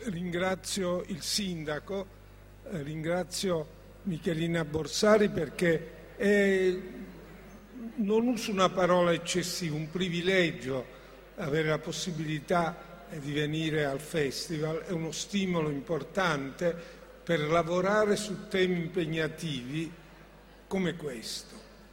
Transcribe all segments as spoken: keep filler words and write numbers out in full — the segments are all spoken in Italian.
ringrazio il sindaco, eh, ringrazio Michelina Borsari perché è, non uso una parola eccessiva, un privilegio avere la possibilità di venire al festival, è uno stimolo importante per lavorare su temi impegnativi come questo.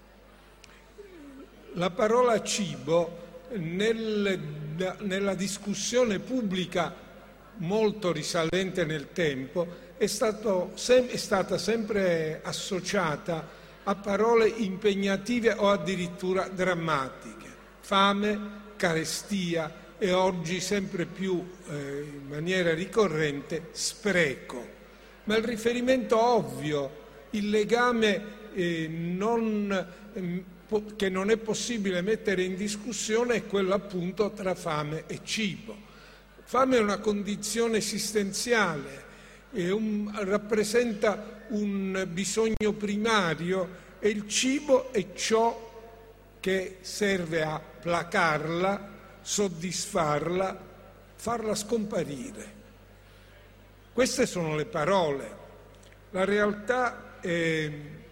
La parola cibo nel, nella discussione pubblica molto risalente nel tempo è, stato, è stata sempre associata a parole impegnative o addirittura drammatiche: fame, carestia e oggi sempre più eh, in maniera ricorrente spreco. Ma il riferimento ovvio, il legame eh, non, eh, che non è possibile mettere in discussione è quello appunto tra fame e cibo. Fame è una condizione esistenziale, è un, rappresenta un bisogno primario e il cibo è ciò che serve a placarla, soddisfarla, farla scomparire. Queste sono le parole. La realtà è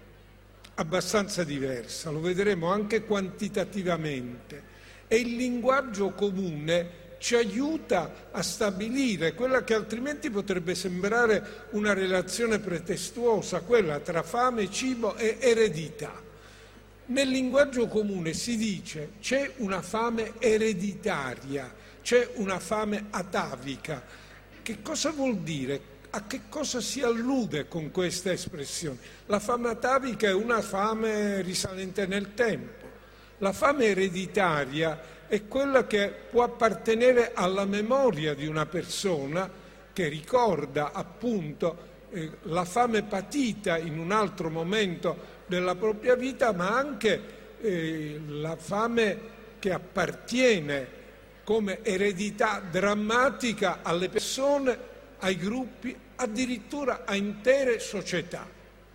abbastanza diversa, lo vedremo anche quantitativamente, e il linguaggio comune ci aiuta a stabilire quella che altrimenti potrebbe sembrare una relazione pretestuosa, quella tra fame, cibo e eredità. Nel linguaggio comune si dice c'è una fame ereditaria, c'è una fame atavica. Che cosa vuol dire? A che cosa si allude con questa espressione? La fame atavica è una fame risalente nel tempo. La fame ereditaria è quella che può appartenere alla memoria di una persona che ricorda appunto eh, la fame patita in un altro momento della propria vita, ma anche eh, la fame che appartiene come eredità drammatica alle persone, ai gruppi, addirittura a intere società.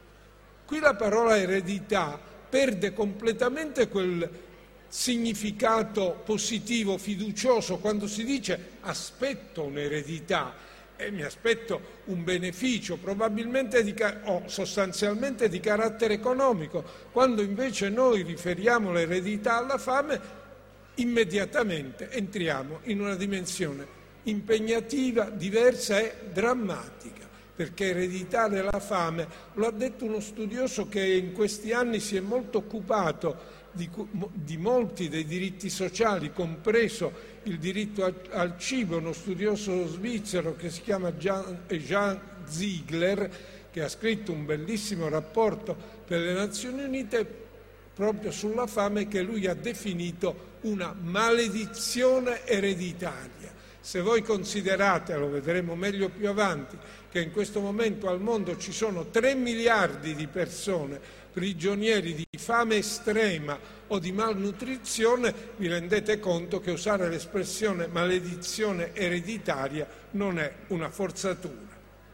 Qui la parola eredità perde completamente quel significato positivo, fiducioso, quando si dice aspetto un'eredità e mi aspetto un beneficio probabilmente di, o sostanzialmente di carattere economico, quando invece noi riferiamo l'eredità alla fame, immediatamente entriamo in una dimensione impegnativa, diversa e drammatica, perché ereditare la fame, lo ha detto uno studioso che in questi anni si è molto occupato di, di molti dei diritti sociali, compreso il diritto al, al cibo, uno studioso svizzero che si chiama Jean, Jean Ziegler, che ha scritto un bellissimo rapporto per le Nazioni Unite proprio sulla fame, che lui ha definito una maledizione ereditaria. Se voi considerate, lo vedremo meglio più avanti, che in questo momento al mondo ci sono tre miliardi di persone prigionieri di fame estrema o di malnutrizione, vi rendete conto che usare l'espressione maledizione ereditaria non è una forzatura.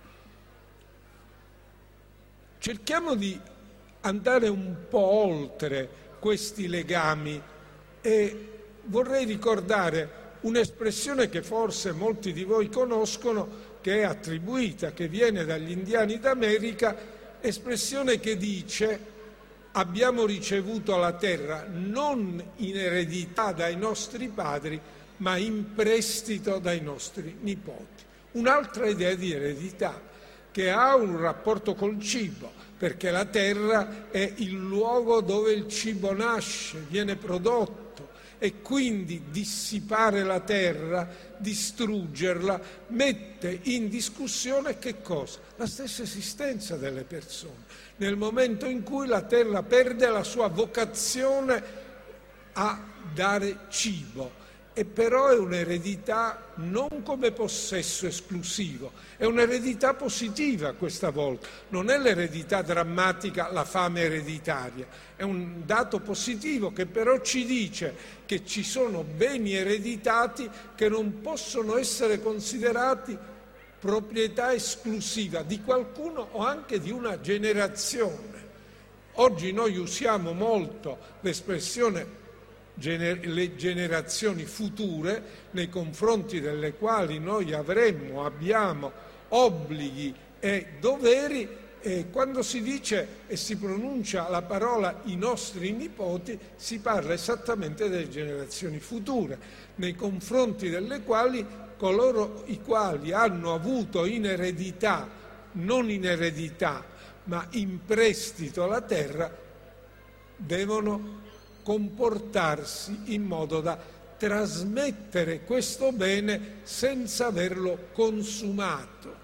Cerchiamo di andare un po' oltre questi legami e vorrei ricordare un'espressione che forse molti di voi conoscono, che è attribuita, che viene dagli indiani d'America, espressione che dice: abbiamo ricevuto la terra non in eredità dai nostri padri, ma in prestito dai nostri nipoti. Un'altra idea di eredità che ha un rapporto col cibo, perché la terra è il luogo dove il cibo nasce, viene prodotto, e quindi dissipare la terra, distruggerla, mette in discussione che cosa? La stessa esistenza delle persone. Nel momento in cui la terra perde la sua vocazione a dare cibo, e però è un'eredità non come possesso esclusivo, è un'eredità positiva questa volta, non è l'eredità drammatica, la fame ereditaria, è un dato positivo che però ci dice che ci sono beni ereditati che non possono essere considerati proprietà esclusiva di qualcuno o anche di una generazione. Oggi noi usiamo molto l'espressione gener- le generazioni future nei confronti delle quali noi avremmo, abbiamo obblighi e doveri. E quando si dice e si pronuncia la parola i nostri nipoti, si parla esattamente delle generazioni future, nei confronti delle quali coloro i quali hanno avuto in eredità, non in eredità, ma in prestito la terra, devono comportarsi in modo da trasmettere questo bene senza averlo consumato.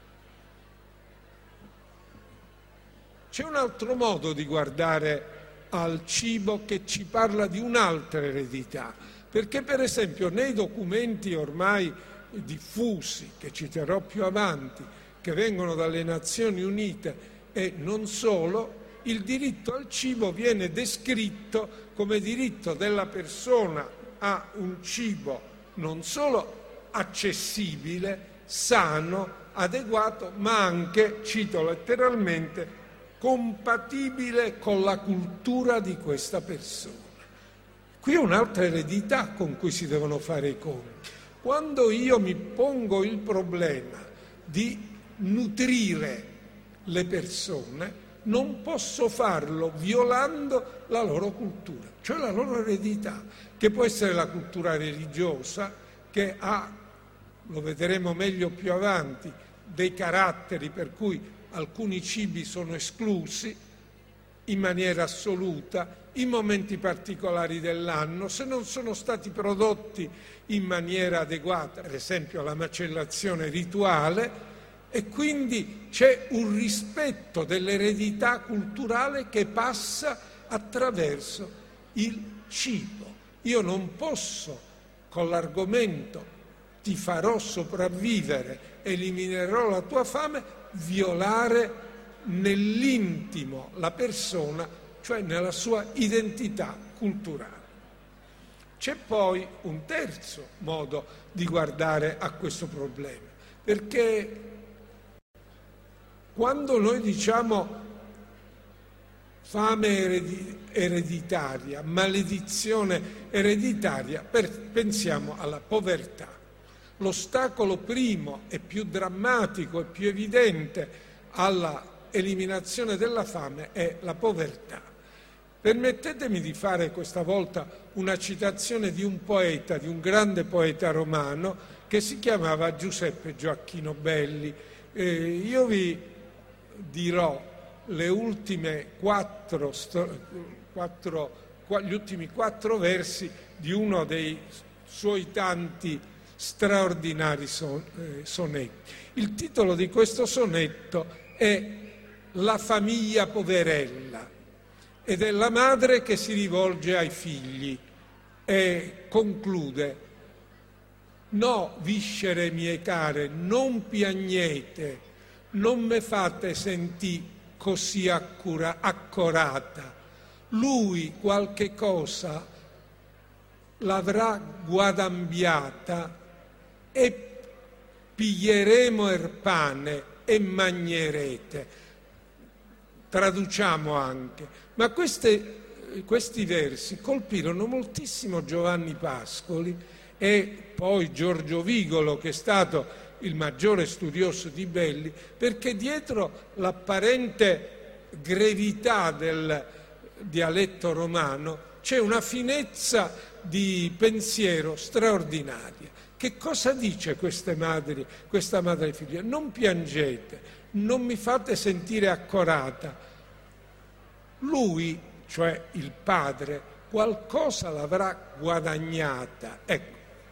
C'è un altro modo di guardare al cibo che ci parla di un'altra eredità, perché per esempio nei documenti ormai diffusi, che citerò più avanti, che vengono dalle Nazioni Unite e non solo, il diritto al cibo viene descritto come diritto della persona a un cibo non solo accessibile, sano, adeguato, ma anche, cito letteralmente, compatibile con la cultura di questa persona. Qui è un'altra eredità con cui si devono fare i conti. Quando io mi pongo il problema di nutrire le persone, non posso farlo violando la loro cultura, cioè la loro eredità, che può essere la cultura religiosa, che ha, lo vedremo meglio più avanti, dei caratteri per cui alcuni cibi sono esclusi in maniera assoluta, in momenti particolari dell'anno, se non sono stati prodotti in maniera adeguata, per esempio la macellazione rituale, e quindi c'è un rispetto dell'eredità culturale che passa attraverso il cibo. Io non posso, con l'argomento ti farò sopravvivere, eliminerò la tua fame, violare nell'intimo la persona, cioè nella sua identità culturale. C'è poi un terzo modo di guardare a questo problema, perché quando noi diciamo fame ereditaria, maledizione ereditaria, pensiamo alla povertà. L'ostacolo primo e più drammatico e più evidente alla eliminazione della fame è la povertà. Permettetemi di fare questa volta una citazione di un poeta, di un grande poeta romano che si chiamava Giuseppe Gioacchino Belli. Eh, io vi dirò le ultime quattro, quattro, gli ultimi quattro versi di uno dei suoi tanti straordinari son, eh, sonetti. Il titolo di questo sonetto è La famiglia poverella ed è la madre che si rivolge ai figli e conclude: no, viscere mie care, non piagnete, non me fate sentì così accura, accorata. Lui qualche cosa l'avrà guadambiata e piglieremo er pane e magnerete. Traduciamo anche. Ma queste, questi versi colpirono moltissimo Giovanni Pascoli e poi Giorgio Vigolo, che è stato il maggiore studioso di Belli, perché dietro l'apparente grevità del dialetto romano c'è una finezza di pensiero straordinaria. Che cosa dice queste madri, questa madre e figlia? Non piangete, non mi fate sentire accorata. Lui, cioè il padre, qualcosa l'avrà guadagnata. Ecco.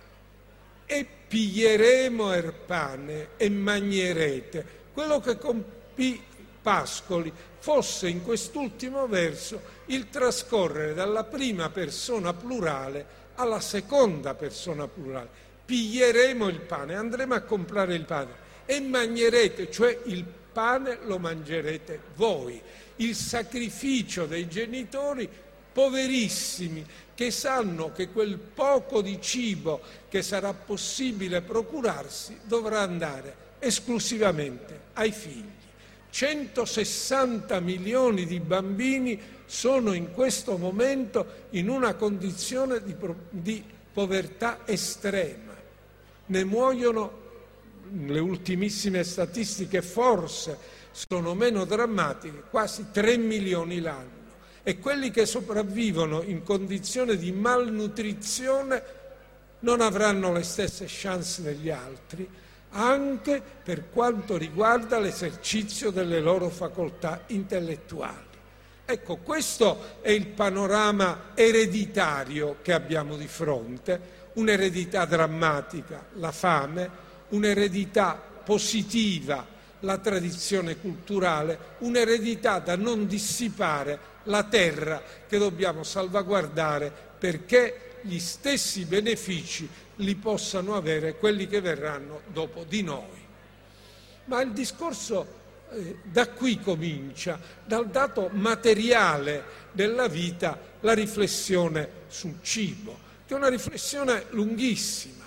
E piglieremo er pane e magnerete. Quello che compì Pascoli fosse in quest'ultimo verso il trascorrere dalla prima persona plurale alla seconda persona plurale. Piglieremo il pane, andremo a comprare il pane e magnerete, cioè il pane lo mangerete voi. Il sacrificio dei genitori poverissimi che sanno che quel poco di cibo che sarà possibile procurarsi dovrà andare esclusivamente ai figli. centosessanta milioni di bambini sono in questo momento in una condizione di, di povertà estrema. Ne muoiono, le ultimissime statistiche forse sono meno drammatiche, quasi tre milioni l'anno. E quelli che sopravvivono in condizione di malnutrizione non avranno le stesse chance degli altri, anche per quanto riguarda l'esercizio delle loro facoltà intellettuali. Ecco, questo è il panorama ereditario che abbiamo di fronte, un'eredità drammatica, la fame, un'eredità positiva, la tradizione culturale, un'eredità da non dissipare, la terra che dobbiamo salvaguardare perché gli stessi benefici li possano avere quelli che verranno dopo di noi. Ma il discorso eh, da qui comincia, dal dato materiale della vita, la riflessione sul cibo, che è una riflessione lunghissima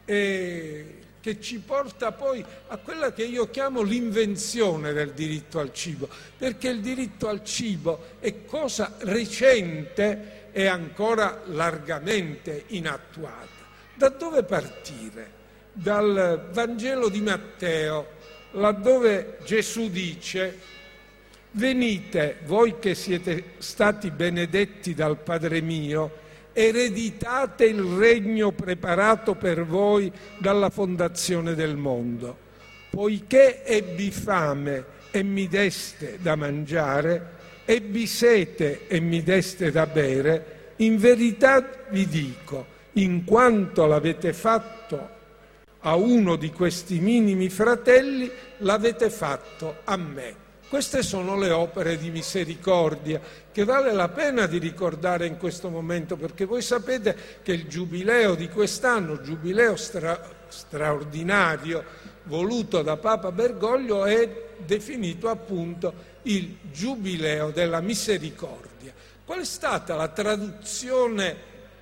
e che ci porta poi a quella che io chiamo l'invenzione del diritto al cibo, perché il diritto al cibo è cosa recente e ancora largamente inattuata. Da dove partire? Dal Vangelo di Matteo, laddove Gesù dice: venite, voi che siete stati benedetti dal Padre mio, ereditate il regno preparato per voi dalla fondazione del mondo. Poiché ebbi fame e mi deste da mangiare, ebbi sete e mi deste da bere, in verità vi dico, in quanto l'avete fatto a uno di questi minimi fratelli, l'avete fatto a me. Queste sono le opere di misericordia che vale la pena di ricordare in questo momento, perché voi sapete che il giubileo di quest'anno, il giubileo stra- straordinario voluto da Papa Bergoglio, è definito appunto il giubileo della misericordia. Qual è stata la traduzione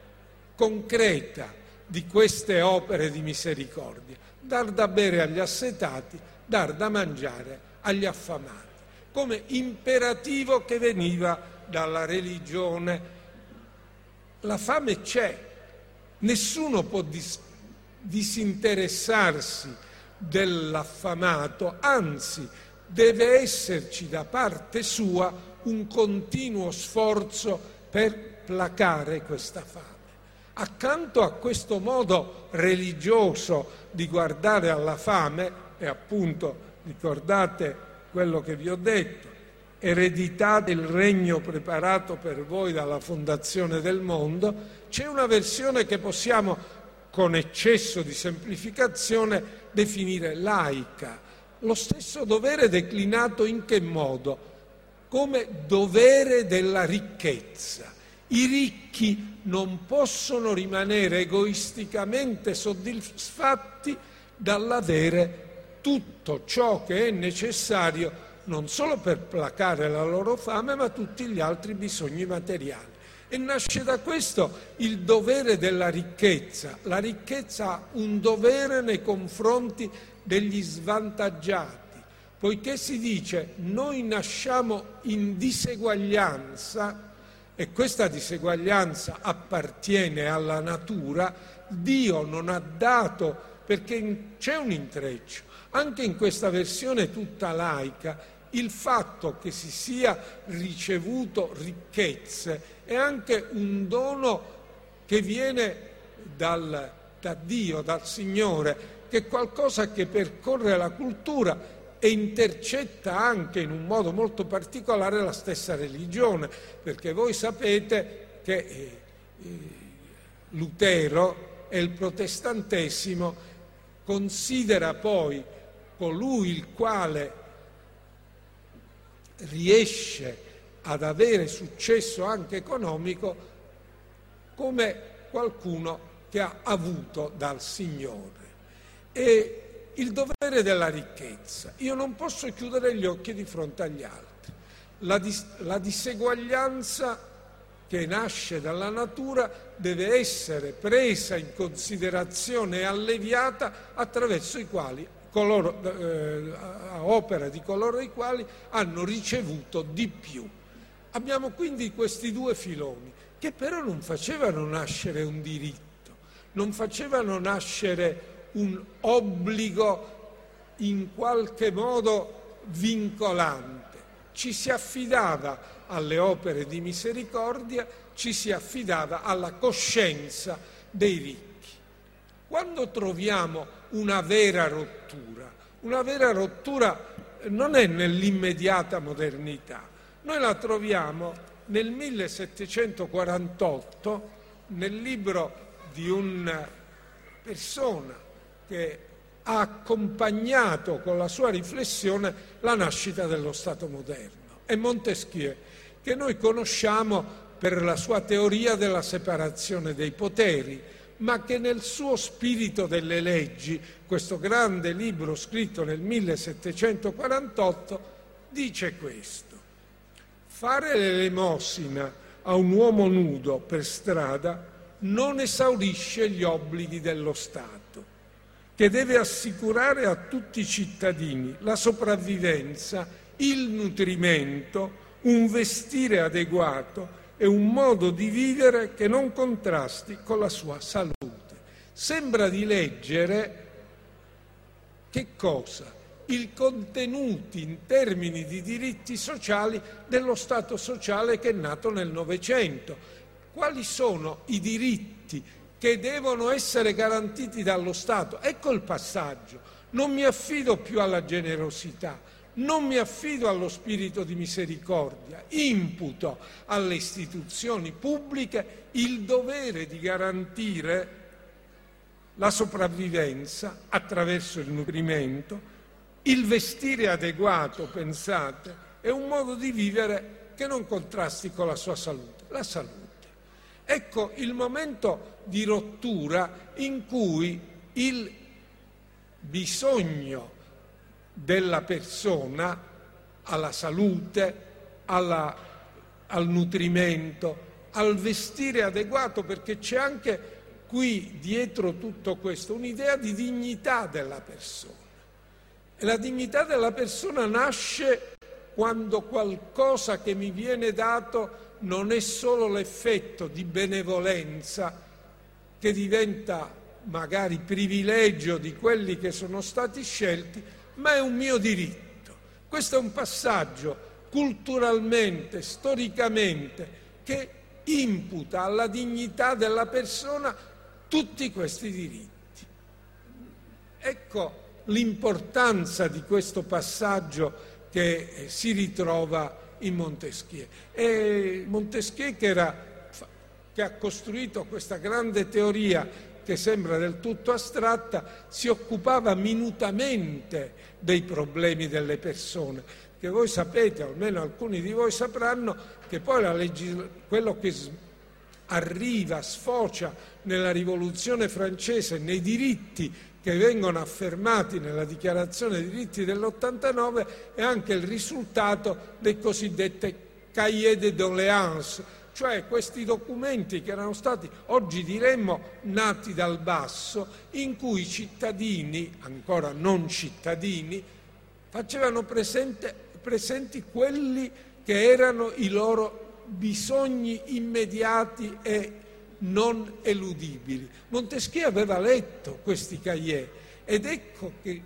concreta di queste opere di misericordia? Dar da bere agli assetati, dar da mangiare agli affamati, come imperativo che veniva dalla religione. La fame c'è, nessuno può dis- disinteressarsi dell'affamato, anzi deve esserci da parte sua un continuo sforzo per placare questa fame. Accanto a questo modo religioso di guardare alla fame, e appunto ricordate quello che vi ho detto, ereditate il regno preparato per voi dalla fondazione del mondo, c'è una versione che possiamo con eccesso di semplificazione definire laica. Lo stesso dovere declinato in che modo? Come dovere della ricchezza. I ricchi non possono rimanere egoisticamente soddisfatti dall'avere tutto ciò che è necessario non solo per placare la loro fame, ma tutti gli altri bisogni materiali. E nasce da questo il dovere della ricchezza. La ricchezza ha un dovere nei confronti degli svantaggiati, poiché si dice noi nasciamo in diseguaglianza e questa diseguaglianza appartiene alla natura. Dio non ha dato, perché c'è un intreccio. Anche in questa versione tutta laica, il fatto che si sia ricevuto ricchezze è anche un dono che viene dal, da Dio, dal Signore, che è qualcosa che percorre la cultura e intercetta anche in un modo molto particolare la stessa religione, perché voi sapete che eh, Lutero e il protestantesimo considera poi colui il quale riesce ad avere successo anche economico come qualcuno che ha avuto dal Signore. E il dovere della ricchezza. Io non posso chiudere gli occhi di fronte agli altri. La, dis- la diseguaglianza che nasce dalla natura deve essere presa in considerazione e alleviata attraverso i quali coloro, eh, a opera di coloro i quali hanno ricevuto di più. Abbiamo quindi questi due filoni, che però non facevano nascere un diritto, non facevano nascere un obbligo in qualche modo vincolante. Ci si affidava alle opere di misericordia, ci si affidava alla coscienza dei ricchi. Quando troviamo una vera rottura, una vera rottura non è nell'immediata modernità, noi la troviamo nel millesettecentoquarantotto nel libro di una persona che ha accompagnato con la sua riflessione la nascita dello Stato moderno. È Montesquieu, che noi conosciamo per la sua teoria della separazione dei poteri, ma che nel suo Spirito delle leggi, questo grande libro scritto nel millesettecentoquarantotto, dice questo: fare l'elemosina a un uomo nudo per strada non esaurisce gli obblighi dello Stato, che deve assicurare a tutti i cittadini la sopravvivenza, il nutrimento, un vestire adeguato e un modo di vivere che non contrasti con la sua salute. Sembra di leggere che cosa? I contenuti in termini di diritti sociali dello Stato sociale che è nato nel Novecento. Quali sono i diritti che devono essere garantiti dallo Stato? Ecco il passaggio. Non mi affido più alla generosità, non mi affido allo spirito di misericordia, imputo alle istituzioni pubbliche il dovere di garantire la sopravvivenza attraverso il nutrimento, il vestire adeguato, pensate, è un modo di vivere che non contrasti con la sua salute, la salute. Ecco il momento di rottura in cui il bisogno della persona alla salute, alla, al nutrimento, al vestire adeguato, perché c'è anche qui dietro tutto questo un'idea di dignità della persona. E la dignità della persona nasce quando qualcosa che mi viene dato non è solo l'effetto di benevolenza che diventa magari privilegio di quelli che sono stati scelti, ma è un mio diritto. Questo è un passaggio culturalmente, storicamente, che imputa alla dignità della persona tutti questi diritti. Ecco l'importanza di questo passaggio che si ritrova in Montesquieu. E Montesquieu che, era, che ha costruito questa grande teoria che sembra del tutto astratta, si occupava minutamente dei problemi delle persone, che voi sapete, o almeno alcuni di voi sapranno, che poi la legis- quello che s- arriva, sfocia nella Rivoluzione francese, nei diritti che vengono affermati nella Dichiarazione dei diritti dell'ottantanove, è anche il risultato dei cosiddetti cahiers de doléances, cioè questi documenti che erano stati, oggi diremmo, nati dal basso, in cui i cittadini, ancora non cittadini, facevano presente, presenti quelli che erano i loro bisogni immediati e non eludibili. Montesquieu aveva letto questi cahiers ed ecco che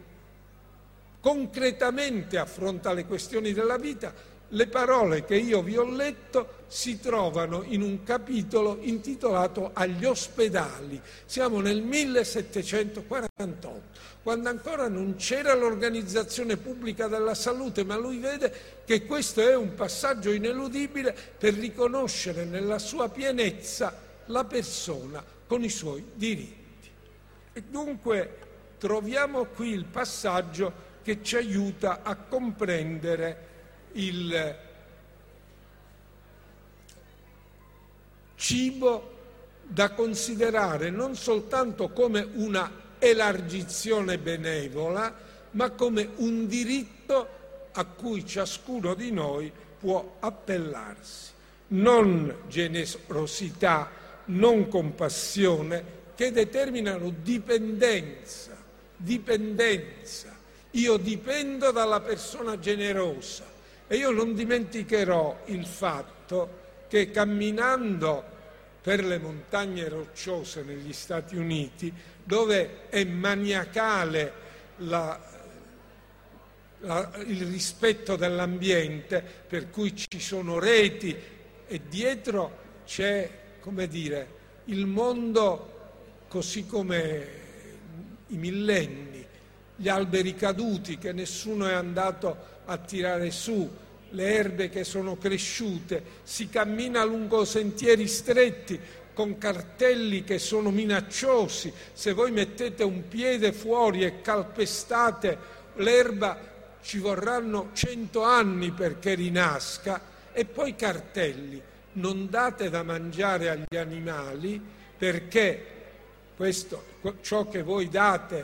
concretamente affronta le questioni della vita. Le parole che io vi ho letto si trovano in un capitolo intitolato Agli ospedali. Siamo nel millesettecentoquarantotto, quando ancora non c'era l'organizzazione pubblica della salute, ma lui vede che questo è un passaggio ineludibile per riconoscere nella sua pienezza la persona con i suoi diritti. E dunque troviamo qui il passaggio che ci aiuta a comprendere il cibo da considerare non soltanto come una elargizione benevola, ma come un diritto a cui ciascuno di noi può appellarsi. Non generosità, non compassione, che determinano dipendenza dipendenza. Io dipendo dalla persona generosa e io non dimenticherò il fatto che camminando per le montagne rocciose negli Stati Uniti, dove è maniacale la, la, il rispetto dell'ambiente, per cui ci sono reti e dietro c'è, come dire, il mondo così come i millenni, gli alberi caduti che nessuno è andato a tirare su, le erbe che sono cresciute, si cammina lungo sentieri stretti con cartelli che sono minacciosi. Se voi mettete un piede fuori e calpestate l'erba ci vorranno cento anni perché rinasca, e poi cartelli: non date da mangiare agli animali perché questo, ciò che voi date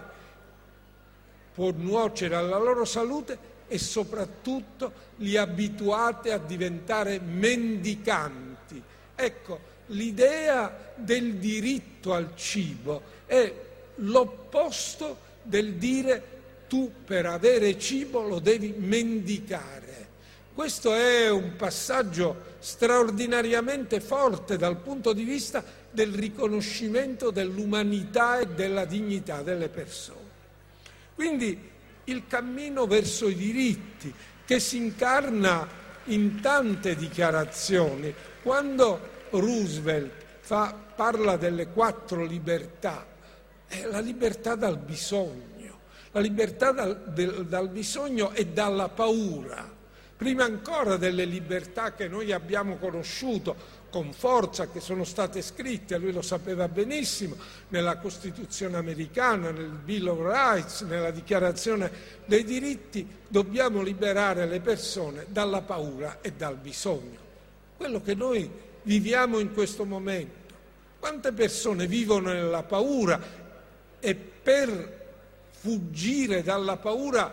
può nuocere alla loro salute, e soprattutto li abituate a diventare mendicanti. Ecco, l'idea del diritto al cibo è l'opposto del dire tu per avere cibo lo devi mendicare. Questo è un passaggio straordinariamente forte dal punto di vista del riconoscimento dell'umanità e della dignità delle persone. Quindi il cammino verso i diritti, che si incarna in tante dichiarazioni. Quando Roosevelt fa, parla delle quattro libertà, è la libertà dal bisogno, la libertà dal, del, dal bisogno e dalla paura, prima ancora delle libertà che noi abbiamo conosciuto con forza, che sono state scritte, lui lo sapeva benissimo, nella Costituzione americana, nel Bill of Rights, nella Dichiarazione dei diritti. Dobbiamo liberare le persone dalla paura e dal bisogno. Quello che noi viviamo in questo momento. Quante persone vivono nella paura e per fuggire dalla paura,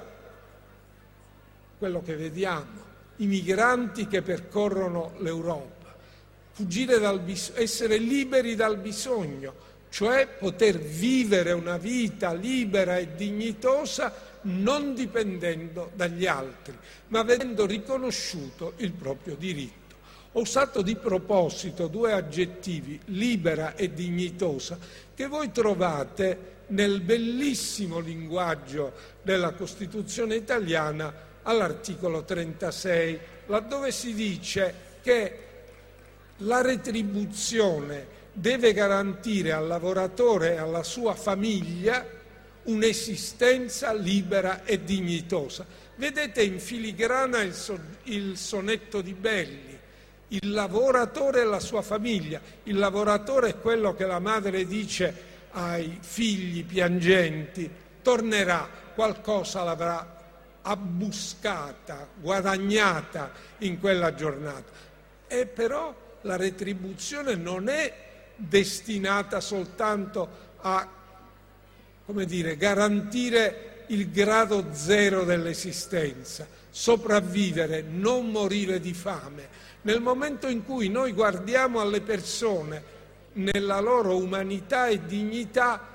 quello che vediamo, i migranti che percorrono l'Europa. Fuggire dal bis- essere liberi dal bisogno, cioè poter vivere una vita libera e dignitosa non dipendendo dagli altri, ma avendo riconosciuto il proprio diritto. Ho usato di proposito due aggettivi, libera e dignitosa, che voi trovate nel bellissimo linguaggio della Costituzione italiana all'articolo trentasei, laddove si dice che la retribuzione deve garantire al lavoratore e alla sua famiglia un'esistenza libera e dignitosa. Vedete in filigrana il, so, il sonetto di Belli, il lavoratore e la sua famiglia. Il lavoratore è quello che la madre dice ai figli piangenti: tornerà, qualcosa l'avrà abbuscata, guadagnata in quella giornata. E però la retribuzione non è destinata soltanto a, come dire, garantire il grado zero dell'esistenza, sopravvivere, non morire di fame. Nel momento in cui noi guardiamo alle persone nella loro umanità e dignità,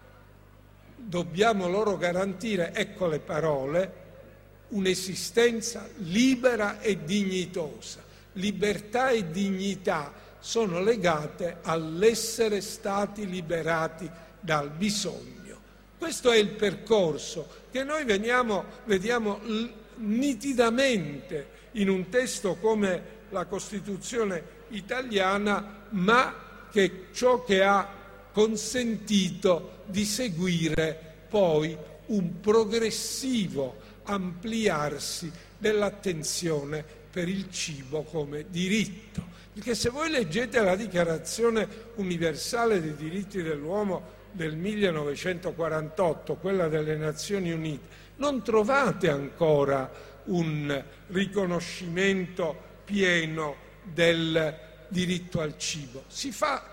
dobbiamo loro garantire, ecco le parole, un'esistenza libera e dignitosa. Libertà e dignità sono legate all'essere stati liberati dal bisogno. Questo è il percorso che noi veniamo, vediamo nitidamente in un testo come la Costituzione italiana, ma che ciò che ha consentito di seguire poi un progressivo ampliarsi dell'attenzione per il cibo come diritto. Perché se voi leggete la Dichiarazione universale dei diritti dell'uomo del millenovecentoquarantotto, quella delle Nazioni Unite, non trovate ancora un riconoscimento pieno del diritto al cibo. Si fa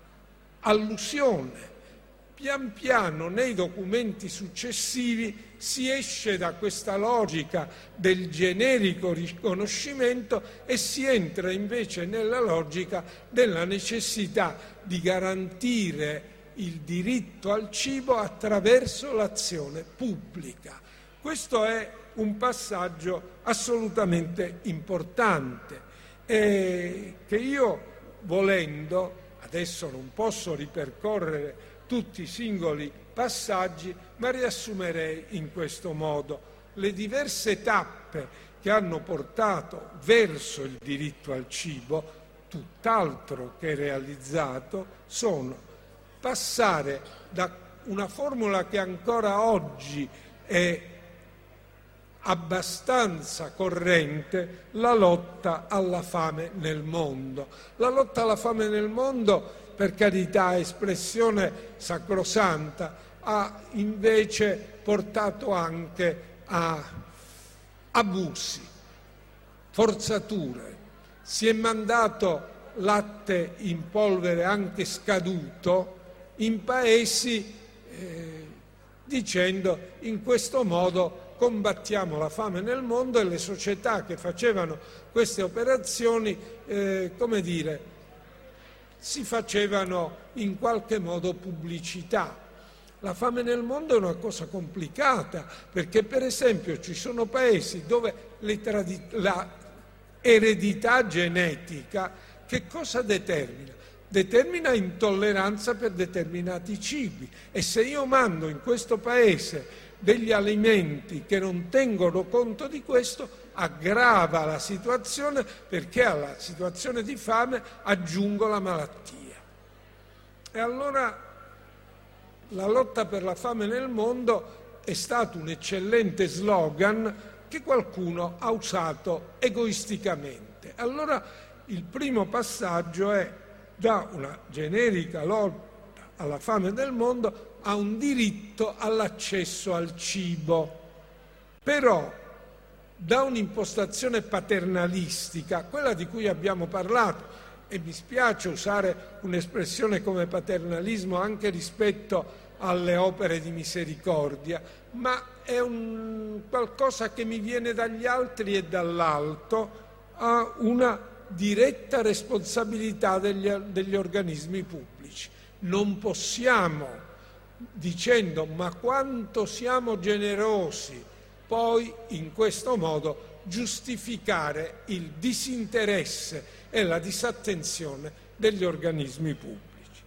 allusione. Pian piano nei documenti successivi si esce da questa logica del generico riconoscimento e si entra invece nella logica della necessità di garantire il diritto al cibo attraverso l'azione pubblica. Questo è un passaggio assolutamente importante e che io, volendo, adesso non posso ripercorrere tutti i singoli passaggi, ma riassumerei in questo modo. Le diverse tappe che hanno portato verso il diritto al cibo, tutt'altro che realizzato, sono passare da una formula che ancora oggi è abbastanza corrente, la lotta alla fame nel mondo. La lotta alla fame nel mondo, per carità, espressione sacrosanta, ha invece portato anche a abusi, forzature. Si è mandato latte in polvere anche scaduto in paesi eh, dicendo in questo modo combattiamo la fame nel mondo, e le società che facevano queste operazioni, eh, come dire, si facevano in qualche modo pubblicità. La fame nel mondo è una cosa complicata, perché per esempio ci sono paesi dove le tradi- la eredità genetica che cosa determina? Determina intolleranza per determinati cibi, e se io mando in questo paese degli alimenti che non tengono conto di questo, aggrava la situazione, perché alla situazione di fame aggiungo la malattia. E allora la lotta per la fame nel mondo è stato un eccellente slogan che qualcuno ha usato egoisticamente. Allora il primo passaggio è da una generica lotta alla fame nel mondo a un diritto all'accesso al cibo. Però da un'impostazione paternalistica, quella di cui abbiamo parlato, e mi spiace usare un'espressione come paternalismo anche rispetto alle opere di misericordia, ma è un qualcosa che mi viene dagli altri e dall'alto, a una diretta responsabilità degli, degli organismi pubblici. Non possiamo, dicendo ma quanto siamo generosi, poi in questo modo giustificare il disinteresse e la disattenzione degli organismi pubblici.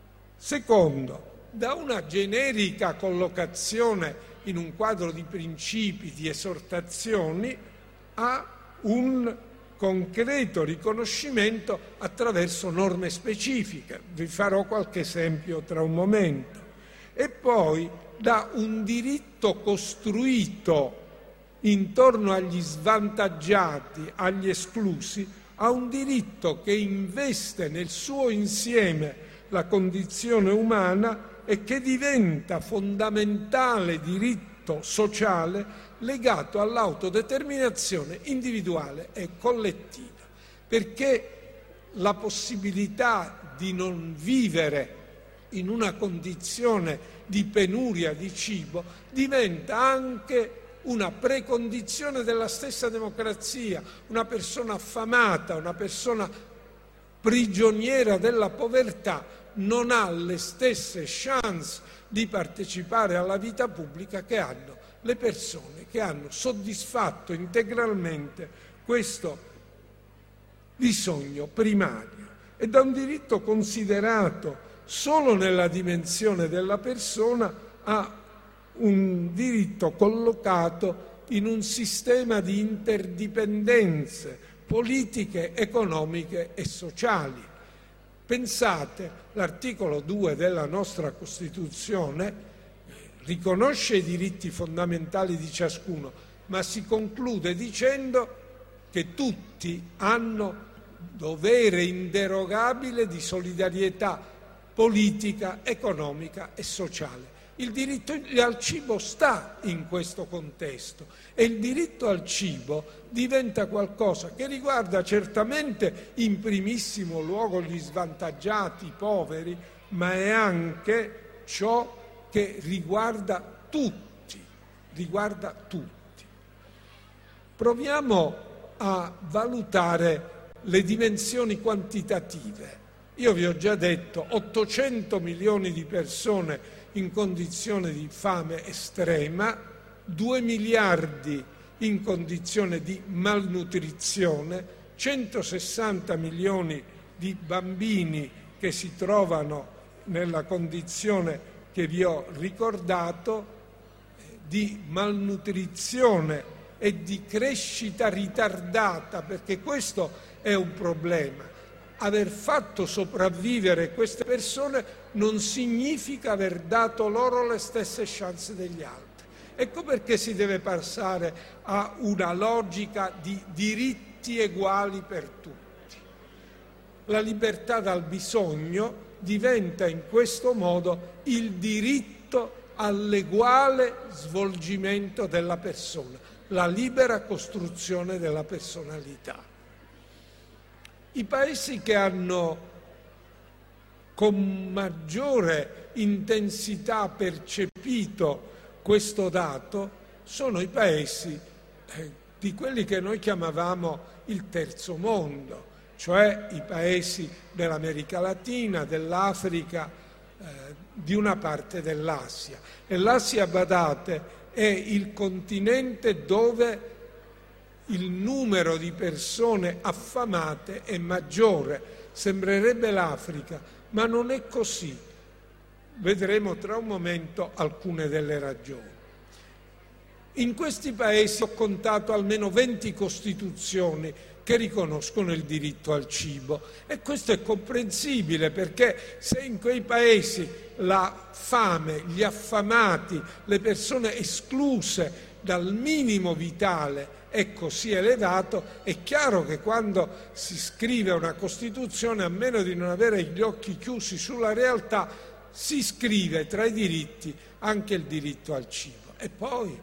Secondo, da una generica collocazione in un quadro di principi, di esortazioni, a un concreto riconoscimento attraverso norme specifiche. Vi farò qualche esempio tra un momento. E poi da un diritto costruito intorno agli svantaggiati, agli esclusi, a un diritto che investe nel suo insieme la condizione umana e che diventa fondamentale diritto sociale legato all'autodeterminazione individuale e collettiva, perché la possibilità di non vivere in una condizione di penuria di cibo diventa anche una precondizione della stessa democrazia. Una persona affamata, una persona prigioniera della povertà non ha le stesse chance di partecipare alla vita pubblica che hanno le persone che hanno soddisfatto integralmente questo bisogno primario. E da un diritto considerato solo nella dimensione della persona a un diritto collocato in un sistema di interdipendenze politiche, economiche e sociali. Pensate, l'articolo due della nostra Costituzione riconosce i diritti fondamentali di ciascuno, ma si conclude dicendo che tutti hanno dovere inderogabile di solidarietà politica, economica e sociale. Il diritto al cibo sta in questo contesto, e il diritto al cibo diventa qualcosa che riguarda certamente in primissimo luogo gli svantaggiati, i poveri, ma è anche ciò che riguarda tutti, riguarda tutti. Proviamo a valutare le dimensioni quantitative. Io vi ho già detto, ottocento milioni di persone in condizione di fame estrema, due miliardi in condizione di malnutrizione, centosessanta milioni di bambini che si trovano nella condizione che vi ho ricordato, di malnutrizione e di crescita ritardata, perché questo è un problema. Aver fatto sopravvivere queste persone non significa aver dato loro le stesse chance degli altri. Ecco perché si deve passare a una logica di diritti eguali per tutti. La libertà dal bisogno diventa in questo modo il diritto all'eguale svolgimento della persona, la libera costruzione della personalità. I paesi che hanno con maggiore intensità percepito questo dato sono i paesi eh, di quelli che noi chiamavamo il terzo mondo, cioè i paesi dell'America Latina, dell'Africa, eh, di una parte dell'Asia. E l'Asia, badate, è il continente dove il numero di persone affamate è maggiore. Sembrerebbe l'Africa, ma non è così. Vedremo tra un momento alcune delle ragioni. In questi paesi ho contato almeno venti costituzioni che riconoscono il diritto al cibo, e questo è comprensibile, perché se in quei paesi la fame, gli affamati, le persone escluse dal minimo vitale è così elevato, è chiaro che quando si scrive una Costituzione, a meno di non avere gli occhi chiusi sulla realtà, si scrive tra i diritti anche il diritto al cibo. E poi,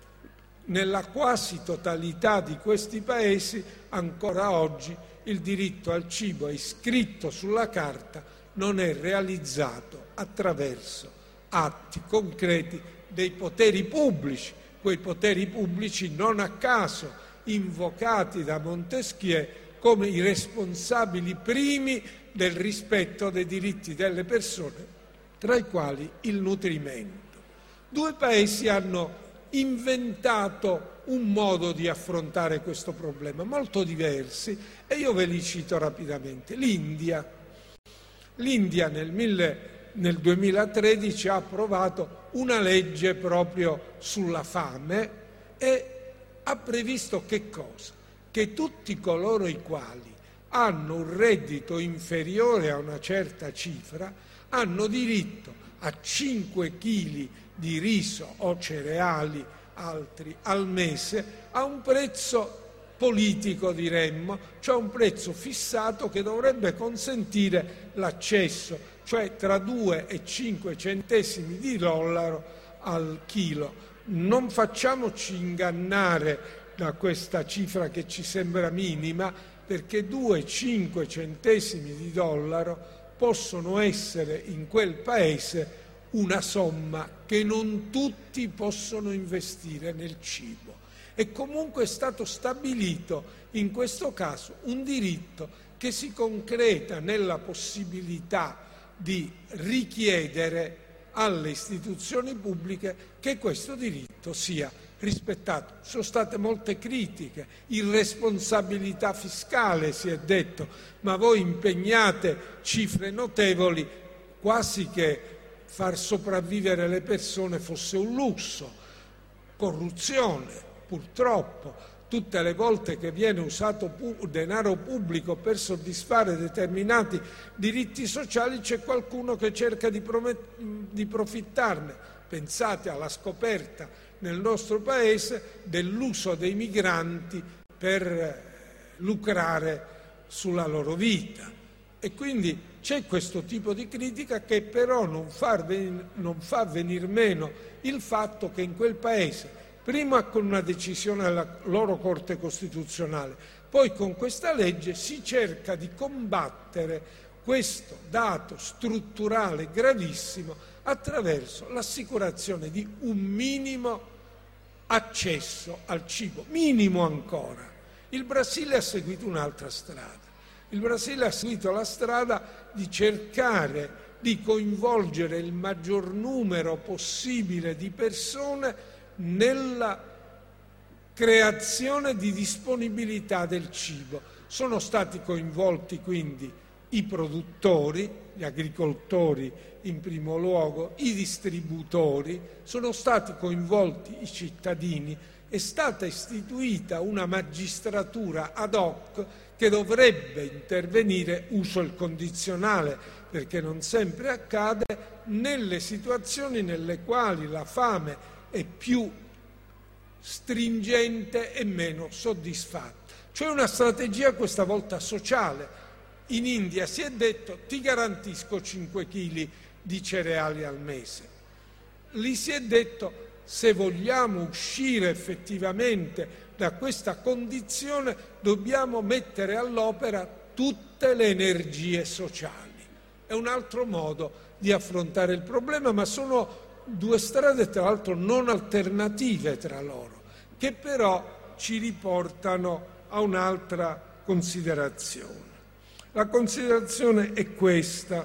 nella quasi totalità di questi paesi, ancora oggi il diritto al cibo è iscritto sulla carta, non è realizzato attraverso atti concreti dei poteri pubblici, quei poteri pubblici non a caso invocati da Montesquieu come i responsabili primi del rispetto dei diritti delle persone, tra i quali il nutrimento. Due paesi hanno inventato un modo di affrontare questo problema, molto diversi, e io ve li cito rapidamente. L'India. L'India nel, mille, nel duemilatredici ha approvato una legge proprio sulla fame e ha previsto che cosa? Che tutti coloro i quali hanno un reddito inferiore a una certa cifra hanno diritto a cinque chili di riso o cereali altri al mese a un prezzo politico, diremmo, cioè un prezzo fissato che dovrebbe consentire l'accesso, cioè tra due e cinque centesimi di dollaro al chilo. Non facciamoci ingannare da questa cifra che ci sembra minima, perché due e cinque centesimi di dollaro possono essere in quel paese una somma che non tutti possono investire nel cibo. E comunque è stato stabilito in questo caso un diritto che si concreta nella possibilità di richiedere alle istituzioni pubbliche che questo diritto sia rispettato. Sono state molte critiche, irresponsabilità fiscale si è detto, ma voi impegnate cifre notevoli, quasi che far sopravvivere le persone fosse un lusso. Corruzione, purtroppo, tutte le volte che viene usato pu- denaro pubblico per soddisfare determinati diritti sociali c'è qualcuno che cerca di, promet- di profittarne. Pensate alla scoperta nel nostro paese dell'uso dei migranti per lucrare sulla loro vita. E quindi c'è questo tipo di critica che però non fa, ven- non fa venir meno il fatto che in quel paese, prima con una decisione della loro Corte Costituzionale, poi con questa legge si cerca di combattere questo dato strutturale gravissimo attraverso l'assicurazione di un minimo accesso al cibo, minimo ancora. Il Brasile ha seguito un'altra strada. Il Brasile ha seguito la strada di cercare di coinvolgere il maggior numero possibile di persone nella creazione di disponibilità del cibo. Sono stati coinvolti quindi i produttori, gli agricoltori in primo luogo, i distributori, sono stati coinvolti i cittadini, è stata istituita una magistratura ad hoc che dovrebbe intervenire, uso il condizionale perché non sempre accade, nelle situazioni nelle quali la fame è più stringente e meno soddisfatta. Cioè una strategia questa volta sociale. In India si è detto: ti garantisco cinque chili di cereali al mese. Lì si è detto: se vogliamo uscire effettivamente da questa condizione dobbiamo mettere all'opera tutte le energie sociali. È un altro modo di affrontare il problema, ma sono due strade tra l'altro non alternative tra loro, che però ci riportano a un'altra considerazione. La considerazione è questa.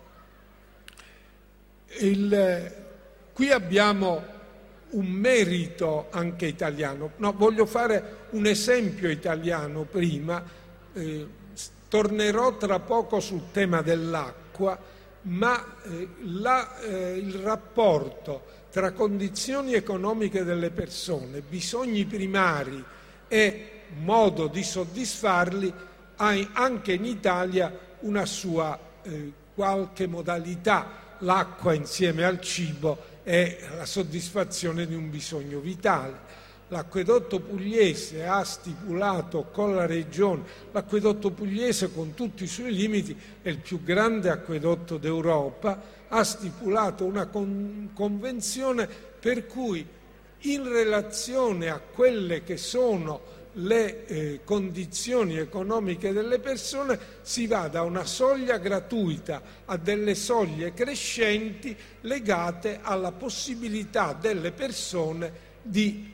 Il, qui abbiamo un merito anche italiano. No, voglio fare un esempio italiano prima, eh, tornerò tra poco sul tema dell'acqua, ma eh, la, eh, il rapporto tra condizioni economiche delle persone, bisogni primari e modo di soddisfarli ha anche in Italia una sua eh, qualche modalità. L'acqua insieme al cibo è la soddisfazione di un bisogno vitale. L'acquedotto pugliese ha stipulato con la regione, l'acquedotto pugliese con tutti i suoi limiti è il più grande acquedotto d'Europa, ha stipulato una con- convenzione per cui in relazione a quelle che sono le eh, condizioni economiche delle persone si va da una soglia gratuita a delle soglie crescenti legate alla possibilità delle persone di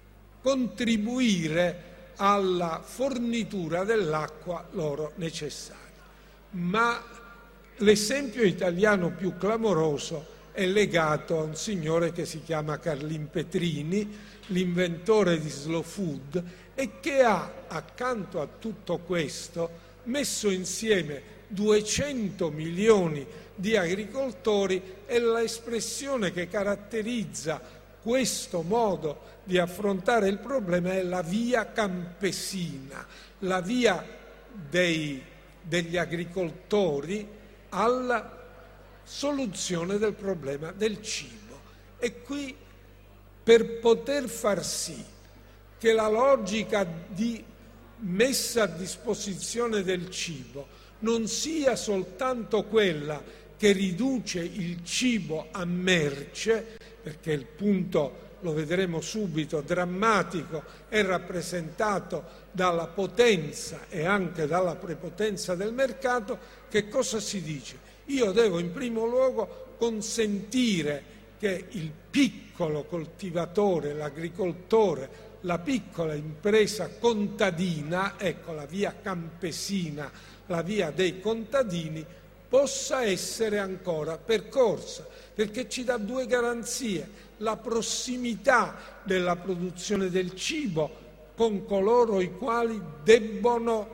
contribuire alla fornitura dell'acqua loro necessaria. Ma l'esempio italiano più clamoroso è legato a un signore che si chiama Carlin Petrini, l'inventore di Slow Food, e che ha, accanto a tutto questo, messo insieme duecento milioni di agricoltori, e l'espressione che caratterizza questo modo di affrontare il problema è la via campesina, la via dei, degli agricoltori alla soluzione del problema del cibo. E qui, per poter far sì che la logica di messa a disposizione del cibo non sia soltanto quella che riduce il cibo a merce, perché il punto, lo vedremo subito, drammatico è rappresentato dalla potenza e anche dalla prepotenza del mercato. Che cosa si dice? Io devo in primo luogo consentire che il piccolo coltivatore, l'agricoltore, la piccola impresa contadina, ecco la via campesina, la via dei contadini, possa essere ancora percorsa, perché ci dà due garanzie: la prossimità della produzione del cibo con coloro i quali debbono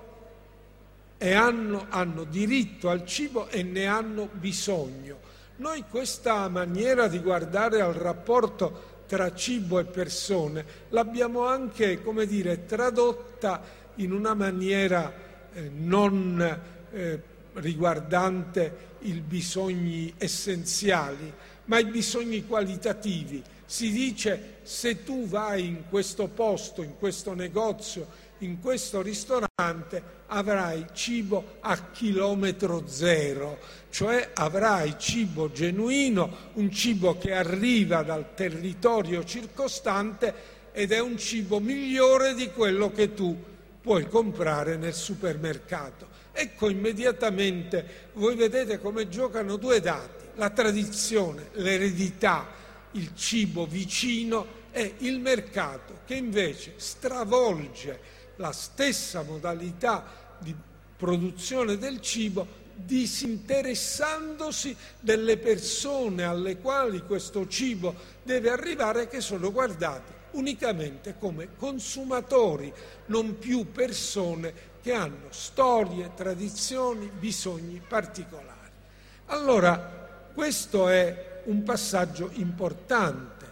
e hanno, hanno diritto al cibo e ne hanno bisogno. Noi questa maniera di guardare al rapporto tra cibo e persone l'abbiamo anche, come dire, tradotta in una maniera eh, non eh, riguardante i bisogni essenziali, ma i bisogni qualitativi. Si dice: se tu vai in questo posto, in questo negozio, in questo ristorante, avrai cibo a chilometro zero, cioè avrai cibo genuino, un cibo che arriva dal territorio circostante ed è un cibo migliore di quello che tu puoi comprare nel supermercato. Ecco, immediatamente voi vedete come giocano due dati: la tradizione, l'eredità, il cibo vicino, e il mercato che invece stravolge la stessa modalità di produzione del cibo, disinteressandosi delle persone alle quali questo cibo deve arrivare, che sono guardate unicamente come consumatori, non più persone che hanno storie, tradizioni, bisogni particolari. Allora, questo è un passaggio importante.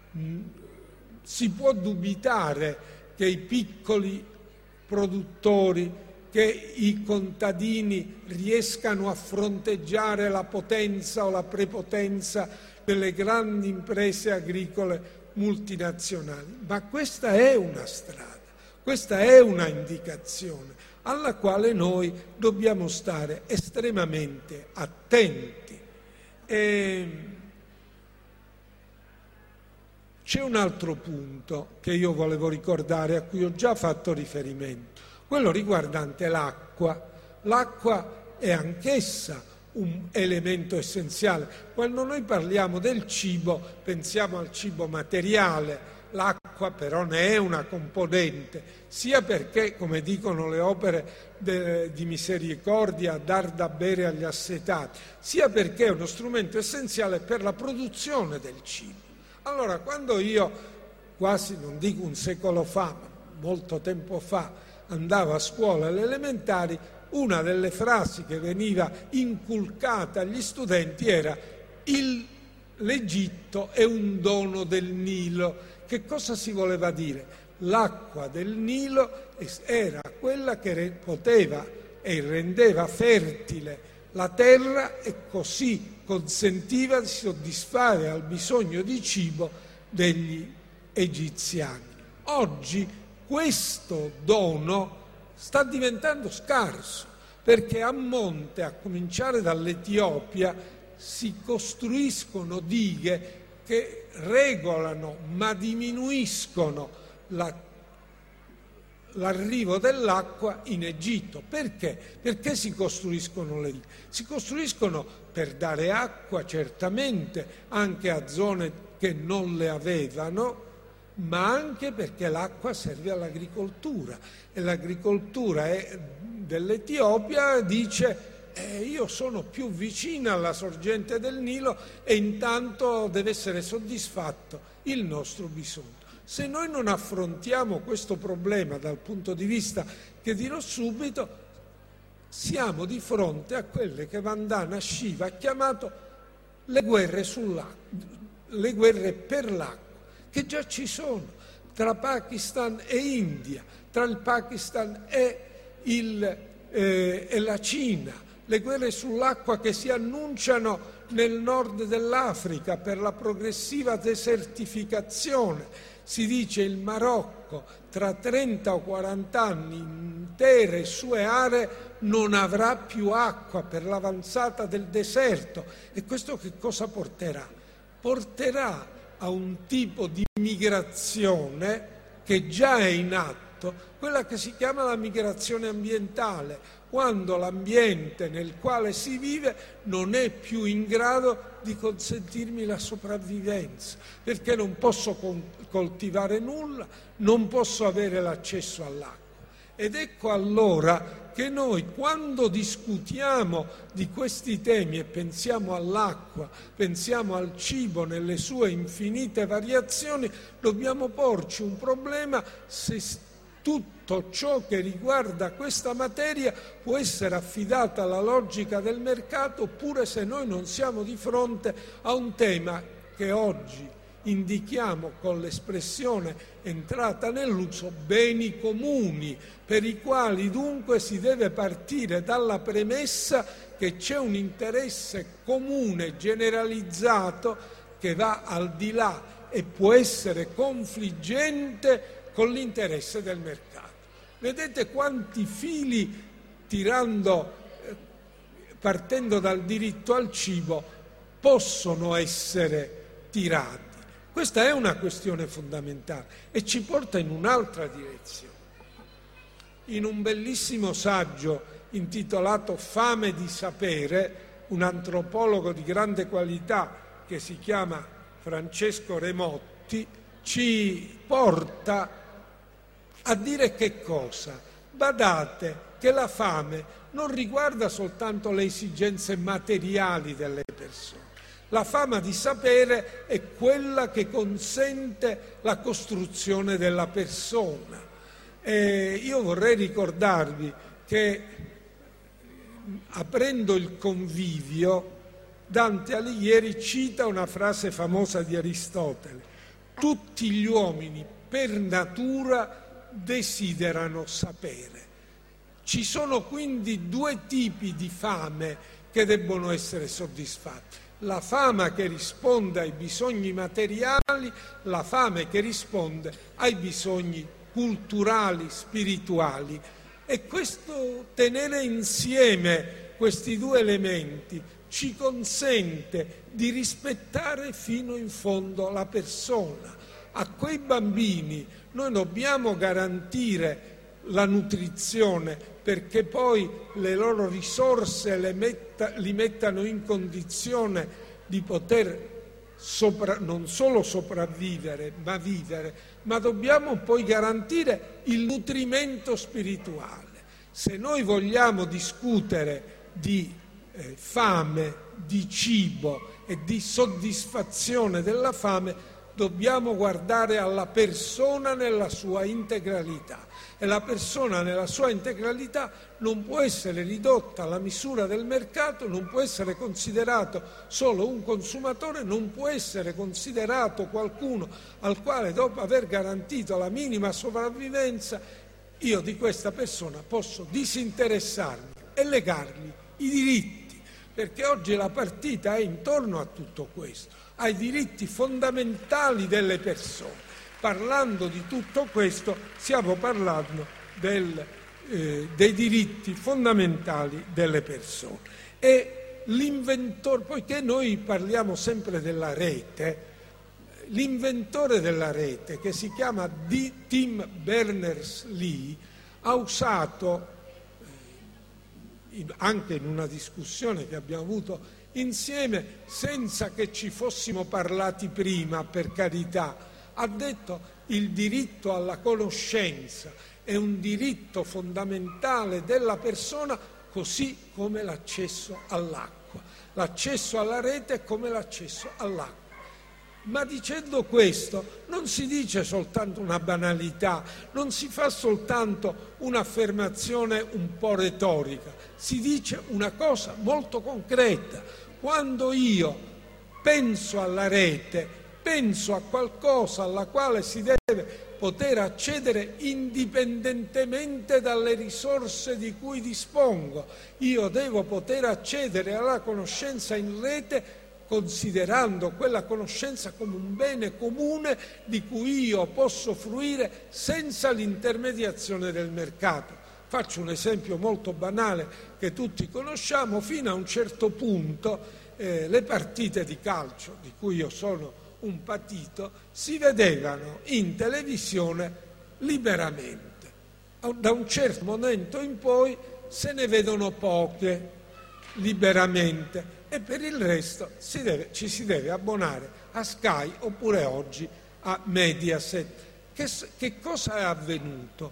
Si può dubitare che i piccoli produttori, che i contadini riescano a fronteggiare la potenza o la prepotenza delle grandi imprese agricole multinazionali, ma questa è una strada, questa è una indicazione alla quale noi dobbiamo stare estremamente attenti. E c'è un altro punto che io volevo ricordare, a cui ho già fatto riferimento, quello riguardante l'acqua. L'acqua è anch'essa un elemento essenziale. Quando noi parliamo del cibo, pensiamo al cibo materiale, l'acqua però ne è una componente, sia perché, come dicono le opere de, di misericordia, dar da bere agli assetati, sia perché è uno strumento essenziale per la produzione del cibo. Allora, quando io, quasi non dico un secolo fa, ma molto tempo fa, andavo a scuola alle elementari, una delle frasi che veniva inculcata agli studenti era il, l'Egitto è un dono del Nilo. Che cosa si voleva dire? L'acqua del Nilo era quella che poteva e rendeva fertile la terra e così consentiva di soddisfare al bisogno di cibo degli egiziani. Oggi questo dono sta diventando scarso, perché a monte, a cominciare dall'Etiopia, si costruiscono dighe che regolano ma diminuiscono la, l'arrivo dell'acqua in Egitto. Perché? Perché si costruiscono le dighe? Si costruiscono per dare acqua certamente anche a zone che non le avevano, ma anche perché l'acqua serve all'agricoltura e l'agricoltura è, dell'Etiopia dice eh, io sono più vicina alla sorgente del Nilo e intanto deve essere soddisfatto il nostro bisogno. Se noi non affrontiamo questo problema dal punto di vista che dirò subito, siamo di fronte a quelle che Vandana Shiva ha chiamato le guerre sull'acqua, le guerre per l'acqua, che già ci sono tra Pakistan e India, tra il Pakistan e, il, eh, e la Cina, le guerre sull'acqua che si annunciano nel nord dell'Africa per la progressiva desertificazione. Si dice il Marocco tra trenta o quaranta anni intere sue aree non avrà più acqua per l'avanzata del deserto. E questo che cosa porterà? Porterà a un tipo di migrazione che già è in atto, quella che si chiama la migrazione ambientale, quando l'ambiente nel quale si vive non è più in grado di consentirmi la sopravvivenza, perché non posso coltivare nulla, non posso avere l'accesso all'acqua. Ed ecco allora che noi, quando discutiamo di questi temi e pensiamo all'acqua, pensiamo al cibo nelle sue infinite variazioni, dobbiamo porci un problema: se tutto ciò che riguarda questa materia può essere affidata alla logica del mercato, oppure se noi non siamo di fronte a un tema che oggi indichiamo con l'espressione entrata nell'uso, beni comuni, per i quali dunque si deve partire dalla premessa che c'è un interesse comune generalizzato che va al di là e può essere confliggente con l'interesse del mercato. Vedete quanti fili, tirando, partendo dal diritto al cibo, possono essere tirati. Questa è una questione fondamentale e ci porta in un'altra direzione. In un bellissimo saggio intitolato Fame di sapere, un antropologo di grande qualità che si chiama Francesco Remotti ci porta a dire che cosa? Badate che la fame non riguarda soltanto le esigenze materiali delle persone. La fama di sapere è quella che consente la costruzione della persona. E io vorrei ricordarvi che, aprendo il convivio, Dante Alighieri cita una frase famosa di Aristotele: tutti gli uomini per natura desiderano sapere. Ci sono quindi due tipi di fame che debbono essere soddisfatti: la fame che risponde ai bisogni materiali, la fame che risponde ai bisogni culturali, spirituali. E questo tenere insieme questi due elementi ci consente di rispettare fino in fondo la persona. A quei bambini noi dobbiamo garantire la nutrizione, perché poi le loro risorse le metta, li mettano in condizione di poter sopra, non solo sopravvivere, ma vivere, ma dobbiamo poi garantire il nutrimento spirituale. Se noi vogliamo discutere di eh, fame, di cibo e di soddisfazione della fame, dobbiamo guardare alla persona nella sua integralità. E la persona nella sua integralità non può essere ridotta alla misura del mercato, non può essere considerato solo un consumatore, non può essere considerato qualcuno al quale, dopo aver garantito la minima sopravvivenza, io di questa persona posso disinteressarmi e legargli i diritti, perché oggi la partita è intorno a tutto questo, ai diritti fondamentali delle persone. Parlando di tutto questo, stiamo parlando del, eh, dei diritti fondamentali delle persone. E l'inventore, poiché noi parliamo sempre della rete, l'inventore della rete, che si chiama D. Tim Berners-Lee, ha usato, eh, anche in una discussione che abbiamo avuto insieme, senza che ci fossimo parlati prima, per carità, ha detto: il diritto alla conoscenza è un diritto fondamentale della persona, così come l'accesso all'acqua. L'accesso alla rete è come l'accesso all'acqua. Ma dicendo questo non si dice soltanto una banalità, non si fa soltanto un'affermazione un po' retorica, si dice una cosa molto concreta. Quando io penso alla rete, penso a qualcosa alla quale si deve poter accedere indipendentemente dalle risorse di cui dispongo. Io devo poter accedere alla conoscenza in rete considerando quella conoscenza come un bene comune di cui io posso fruire senza l'intermediazione del mercato. Faccio un esempio molto banale che tutti conosciamo: fino a un certo punto eh, le partite di calcio, di cui io sono un patito, si vedevano in televisione liberamente. Da un certo momento in poi se ne vedono poche liberamente e per il resto si deve, ci si deve abbonare a Sky oppure oggi a Mediaset. Che, che cosa è avvenuto?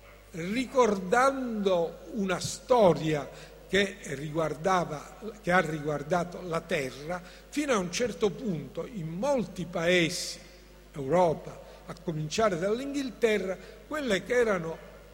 Ricordando una storia che riguardava, che ha riguardato la terra, fino a un certo punto in molti paesi, Europa, a cominciare dall'Inghilterra, quelle che erano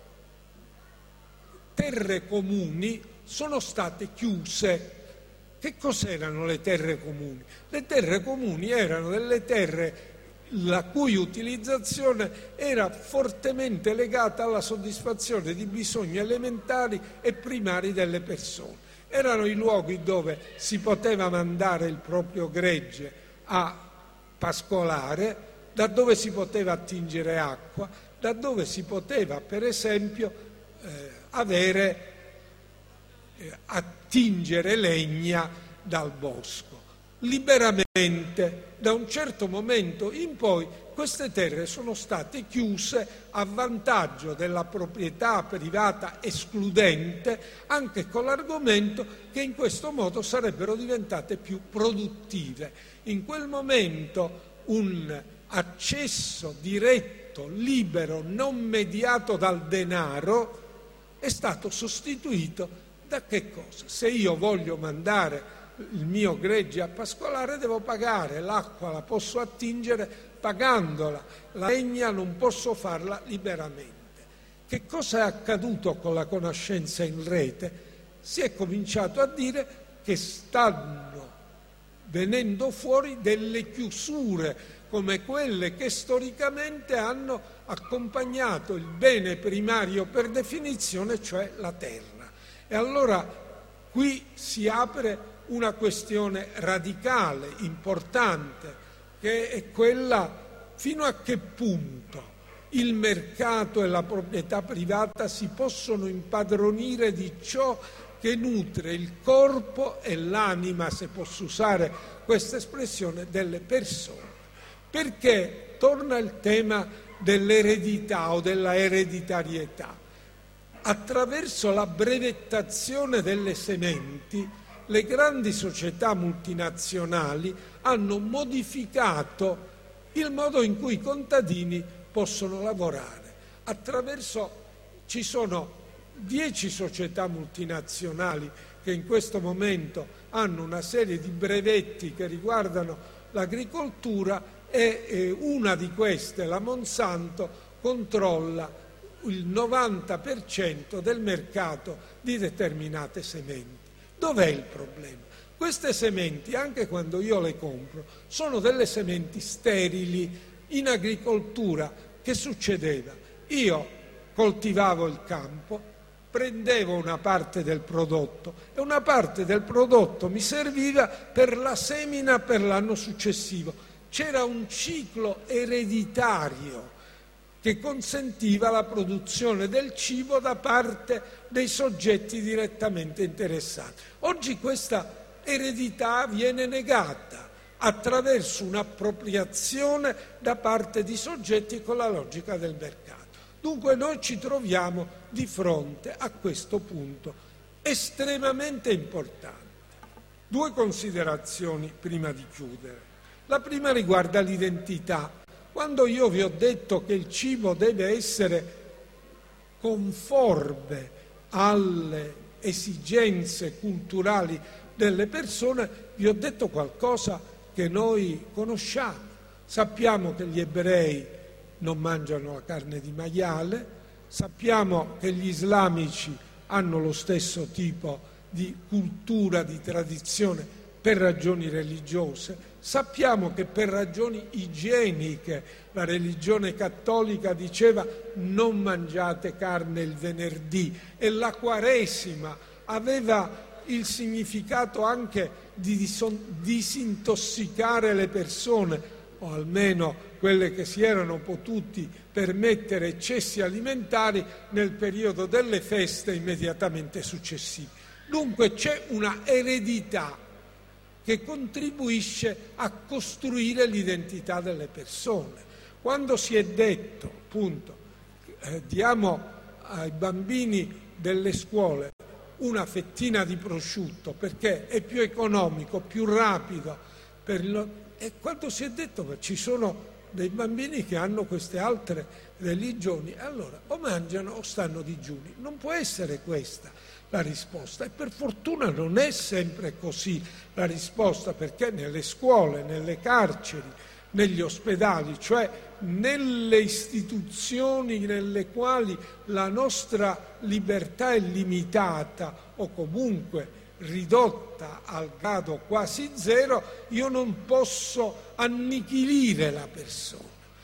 terre comuni sono state chiuse. Che cos'erano le terre comuni? Le terre comuni erano delle terre la cui utilizzazione era fortemente legata alla soddisfazione di bisogni elementari e primari delle persone. Erano i luoghi dove si poteva mandare il proprio gregge a pascolare, da dove si poteva attingere acqua, da dove si poteva, per esempio, eh, avere, eh, attingere legna dal bosco. Liberamente, da un certo momento in poi, queste terre sono state chiuse a vantaggio della proprietà privata escludente, anche con l'argomento che in questo modo sarebbero diventate più produttive. In quel momento un accesso diretto, libero, non mediato dal denaro, è stato sostituito Da che cosa? Se io voglio mandare il mio gregge a pascolare devo pagare, l'acqua la posso attingere pagandola, la legna non posso farla liberamente. Che cosa è accaduto con la conoscenza in rete? Si è cominciato a dire che stanno venendo fuori delle chiusure come quelle che storicamente hanno accompagnato il bene primario per definizione, cioè la terra. E allora qui si apre una questione radicale, importante, che è quella fino a che punto il mercato e la proprietà privata si possono impadronire di ciò che nutre il corpo e l'anima, se posso usare questa espressione, delle persone. Perché torna il tema dell'eredità o della ereditarietà. Attraverso la brevettazione delle sementi, le grandi società multinazionali hanno modificato il modo in cui i contadini possono lavorare. Attraverso, ci sono dieci società multinazionali che in questo momento hanno una serie di brevetti che riguardano l'agricoltura e eh, una di queste, la Monsanto, controlla il novanta per cento del mercato di determinate sementi. Dov'è il problema? Queste sementi, anche quando io le compro, sono delle sementi sterili. In agricoltura che succedeva? Io coltivavo il campo, prendevo una parte del prodotto e una parte del prodotto mi serviva per la semina per l'anno successivo. C'era un ciclo ereditario che consentiva la produzione del cibo da parte dei soggetti direttamente interessati. Oggi questa eredità viene negata attraverso un'appropriazione da parte di soggetti con la logica del mercato. Dunque noi ci troviamo di fronte a questo punto estremamente importante. Due considerazioni prima di chiudere. La prima riguarda l'identità. Quando io vi ho detto che il cibo deve essere conforme alle esigenze culturali delle persone, vi ho detto qualcosa che noi conosciamo. Sappiamo che gli ebrei non mangiano la carne di maiale, sappiamo che gli islamici hanno lo stesso tipo di cultura, di tradizione per ragioni religiose, sappiamo che per ragioni igieniche la religione cattolica diceva non mangiate carne il venerdì e la Quaresima aveva il significato anche di disintossicare le persone, o almeno quelle che si erano potuti permettere eccessi alimentari nel periodo delle feste immediatamente successive. Dunque c'è una eredità che contribuisce a costruire l'identità delle persone. Quando si è detto, appunto, eh, diamo ai bambini delle scuole una fettina di prosciutto perché è più economico, più rapido, per lo... e quando si è detto che ci sono dei bambini che hanno queste altre religioni, allora o mangiano o stanno digiuni. Non può essere questa la risposta e per fortuna non è sempre così la risposta, perché nelle scuole, nelle carceri, negli ospedali, cioè nelle istituzioni nelle quali la nostra libertà è limitata o comunque ridotta al grado quasi zero, io non posso annichilire la persona,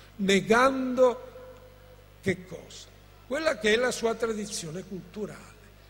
negando che cosa? Quella che è la sua tradizione culturale.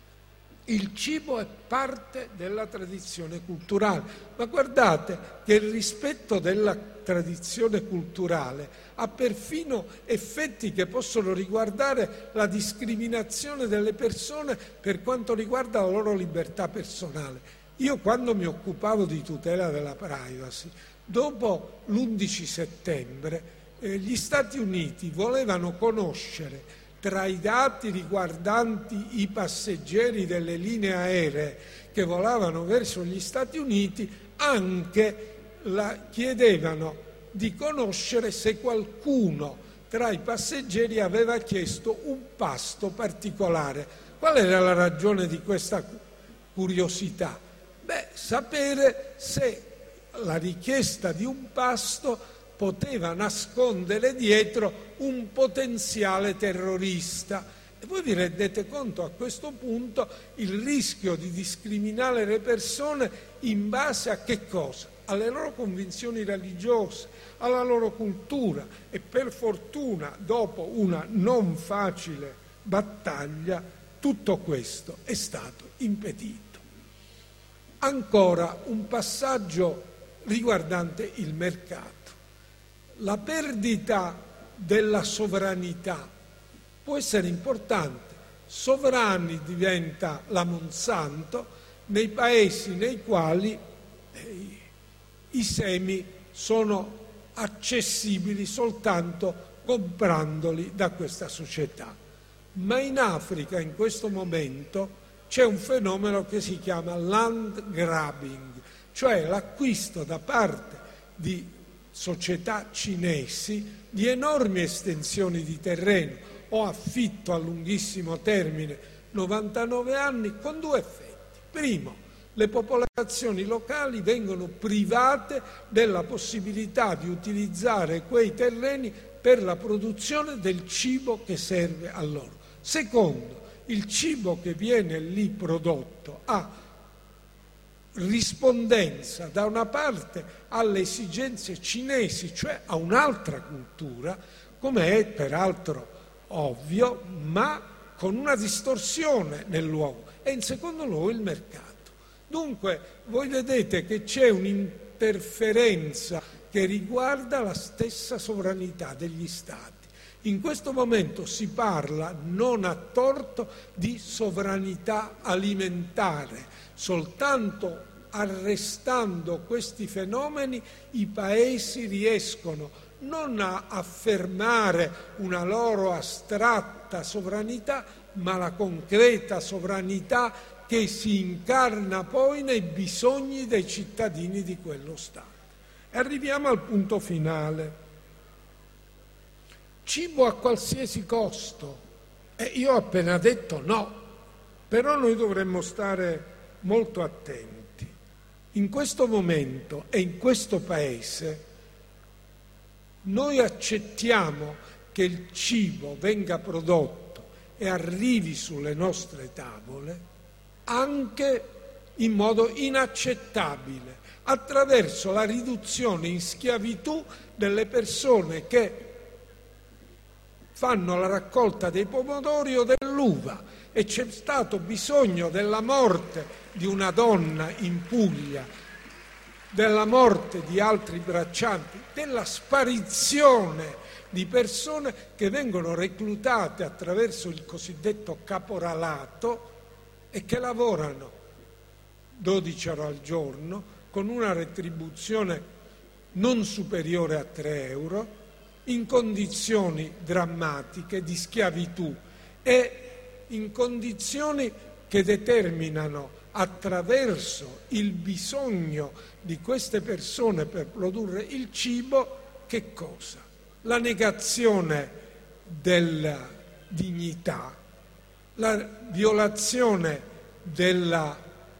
Il cibo è parte della tradizione culturale, ma guardate che il rispetto della tradizione culturale ha perfino effetti che possono riguardare la discriminazione delle persone per quanto riguarda la loro libertà personale. Io quando mi occupavo di tutela della privacy, dopo l'undici settembre, eh, gli Stati Uniti volevano conoscere tra i dati riguardanti i passeggeri delle linee aeree che volavano verso gli Stati Uniti, anche la chiedevano di conoscere se qualcuno tra i passeggeri aveva chiesto un pasto particolare. Qual era la ragione di questa curiosità? Beh, sapere se la richiesta di un pasto poteva nascondere dietro un potenziale terrorista. E voi vi rendete conto a questo punto il rischio di discriminare le persone in base a che cosa? Alle loro convinzioni religiose, alla loro cultura, e per fortuna dopo una non facile battaglia tutto questo è stato impedito. Ancora un passaggio riguardante il mercato. La perdita della sovranità può essere importante. Sovrani diventa la Monsanto nei paesi nei quali eh, i semi sono accessibili soltanto comprandoli da questa società. Ma in Africa in questo momento c'è un fenomeno che si chiama land grabbing, cioè l'acquisto da parte di società cinesi di enormi estensioni di terreno o affitto a lunghissimo termine, novantanove anni, con due effetti. Primo, le popolazioni locali vengono private della possibilità di utilizzare quei terreni per la produzione del cibo che serve a loro. Secondo, il cibo che viene lì prodotto ha rispondenza da una parte alle esigenze cinesi, cioè a un'altra cultura, come è peraltro ovvio, ma con una distorsione nel luogo, e in secondo luogo il mercato. Dunque voi vedete che c'è un'interferenza che riguarda la stessa sovranità degli Stati. In questo momento si parla, non a torto, di sovranità alimentare. Soltanto arrestando questi fenomeni i paesi riescono non a affermare una loro astratta sovranità, ma la concreta sovranità che si incarna poi nei bisogni dei cittadini di quello Stato. E arriviamo al punto finale. Cibo a qualsiasi costo. E io ho appena detto no, però noi dovremmo stare molto attenti. In questo momento e in questo paese noi accettiamo che il cibo venga prodotto e arrivi sulle nostre tavole anche in modo inaccettabile, attraverso la riduzione in schiavitù delle persone che fanno la raccolta dei pomodori o dell'uva, e c'è stato bisogno della morte di una donna in Puglia, della morte di altri braccianti, della sparizione di persone che vengono reclutate attraverso il cosiddetto caporalato e che lavorano dodici ore al giorno con una retribuzione non superiore a tre euro, in condizioni drammatiche di schiavitù e in condizioni che determinano, attraverso il bisogno di queste persone per produrre il cibo, che cosa? La negazione della dignità, la violazione della,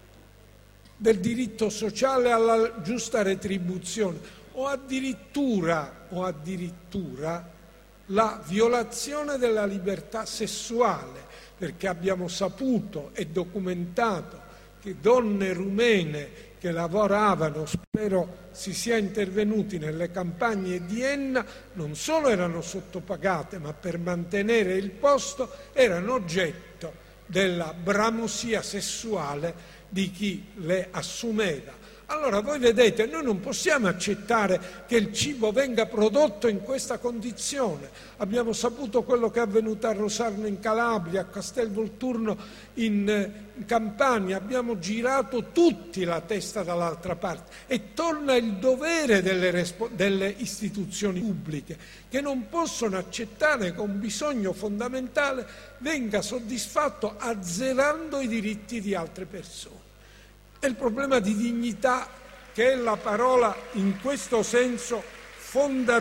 del diritto sociale alla giusta retribuzione, o addirittura, o addirittura la violazione della libertà sessuale, perché abbiamo saputo e documentato che donne rumene che lavoravano, spero si sia intervenuti nelle campagne di Enna, non solo erano sottopagate, ma per mantenere il posto erano oggetto della bramosia sessuale di chi le assumeva. Allora voi vedete, noi non possiamo accettare che il cibo venga prodotto in questa condizione. Abbiamo saputo quello che è avvenuto a Rosarno in Calabria, a Castelvolturno in, in Campania, abbiamo girato tutti la testa dall'altra parte, e torna il dovere delle, delle istituzioni pubbliche, che non possono accettare che un bisogno fondamentale venga soddisfatto azzerando i diritti di altre persone. È il problema di dignità, che è la parola in questo senso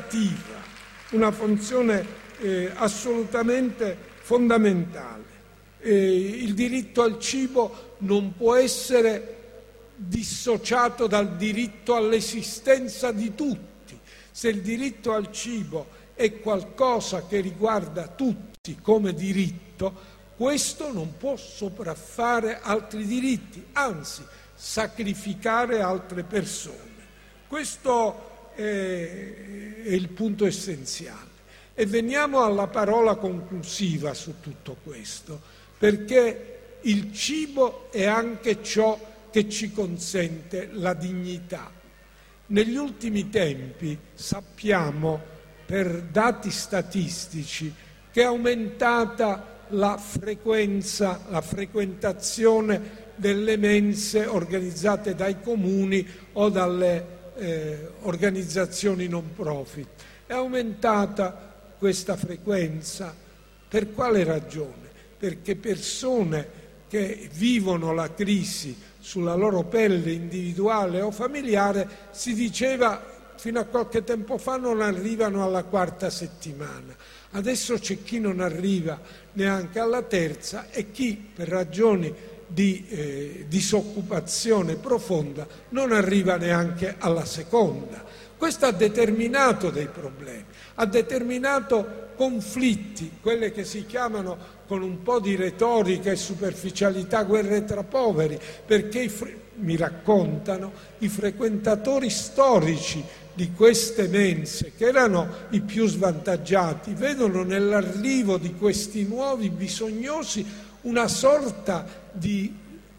fondativa, una funzione eh, assolutamente fondamentale. Eh, il diritto al cibo non può essere dissociato dal diritto all'esistenza di tutti. Se il diritto al cibo è qualcosa che riguarda tutti come diritto, questo non può sopraffare altri diritti, anzi sacrificare altre persone. Questo è, è il punto essenziale. E veniamo alla parola conclusiva su tutto questo, perché il cibo è anche ciò che ci consente la dignità. Negli ultimi tempi sappiamo, per dati statistici, che è aumentata la frequenza, la frequentazione delle mense organizzate dai comuni o dalle eh, organizzazioni non profit. È aumentata questa frequenza per quale ragione? Perché persone che vivono la crisi sulla loro pelle individuale o familiare, si diceva fino a qualche tempo fa, non arrivano alla quarta settimana. Adesso c'è chi non arriva neanche alla terza e chi per ragioni di eh, disoccupazione profonda non arriva neanche alla seconda. Questo ha determinato dei problemi, ha determinato conflitti, quelle che si chiamano con un po' di retorica e superficialità guerre tra poveri, perché i fre- mi raccontano i frequentatori storici di queste mense, che erano i più svantaggiati, vedono nell'arrivo di questi nuovi bisognosi una sorta di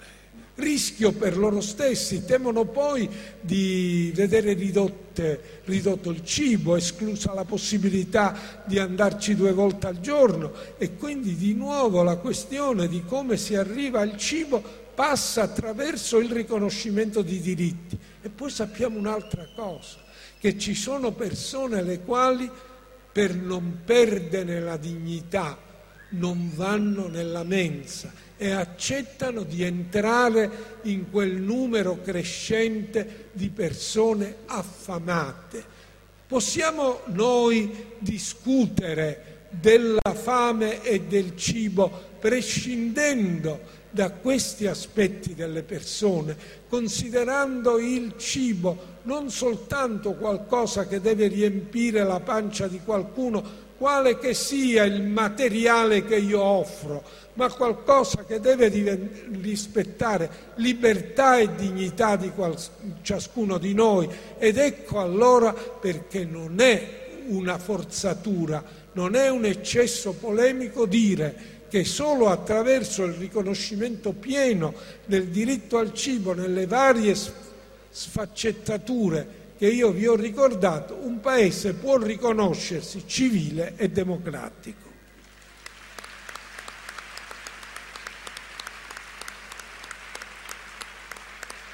rischio per loro stessi, temono poi di vedere ridotte, ridotto il cibo, esclusa la possibilità di andarci due volte al giorno, e quindi di nuovo la questione di come si arriva al cibo passa attraverso il riconoscimento di diritti. E poi sappiamo un'altra cosa, che ci sono persone le quali per non perdere la dignità non vanno nella mensa e accettano di entrare in quel numero crescente di persone affamate. Possiamo noi discutere della fame e del cibo prescindendo da questi aspetti delle persone, considerando il cibo non soltanto qualcosa che deve riempire la pancia di qualcuno, quale che sia il materiale che io offro, ma qualcosa che deve rispettare libertà e dignità di qual- ciascuno di noi. Ed ecco allora perché non è una forzatura, non è un eccesso polemico dire che solo attraverso il riconoscimento pieno del diritto al cibo nelle varie sfaccettature che io vi ho ricordato, un paese può riconoscersi civile e democratico.